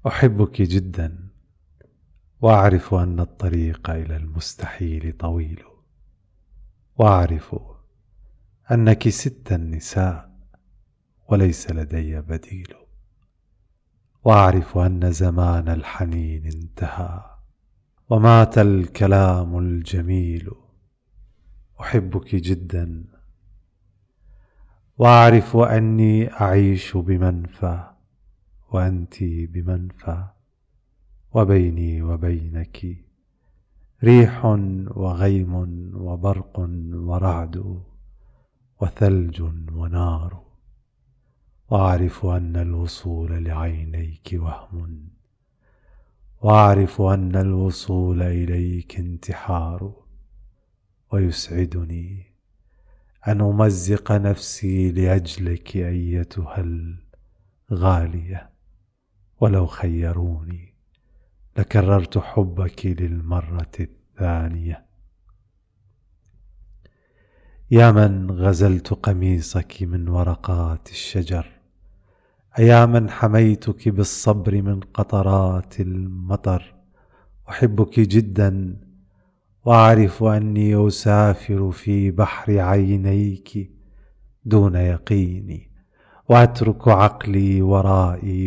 أحبك جدا، وأعرف أن الطريق إلى المستحيل طويل، وأعرف أنك ست النساء وليس لدي بديل، وأعرف أن زمان الحنين انتهى ومات الكلام الجميل. أحبك جدا، وأعرف أني أعيش بمنفى وأنت بمنفى، وبيني وبينك ريح وغيم وبرق ورعد وثلج ونار. وأعرف أن الوصول لعينيك وهم، وأعرف أن الوصول إليك انتحار، ويسعدني أن أمزق نفسي لأجلك أيتها الغالية، ولو خيروني لكررت حبك للمرة الثانية. يا من غزلت قميصك من ورقات الشجر، أيا من حميتك بالصبر من قطرات المطر. أحبك جدا، وأعرف أني أسافر في بحر عينيك دون يقيني، وأترك عقلي ورائي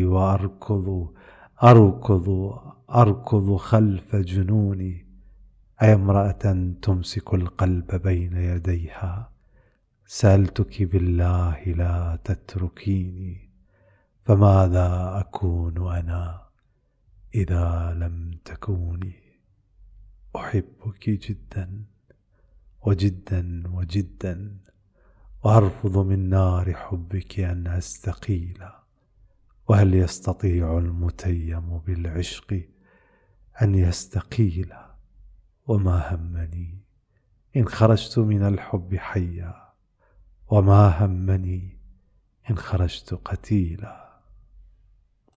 وأركض خلف جنوني. أي امرأة تمسك القلب بين يديها، سألتك بالله لا تتركيني، فماذا أكون أنا إذا لم تكوني؟ أحبك جدا وجدا وجدا، وأرفض من نار حبك أن أستقيل. وهل يستطيع المتيم بالعشق أن يستقيل؟ وما همني إن خرجت من الحب حيا، وما همني إن خرجت قتيلا.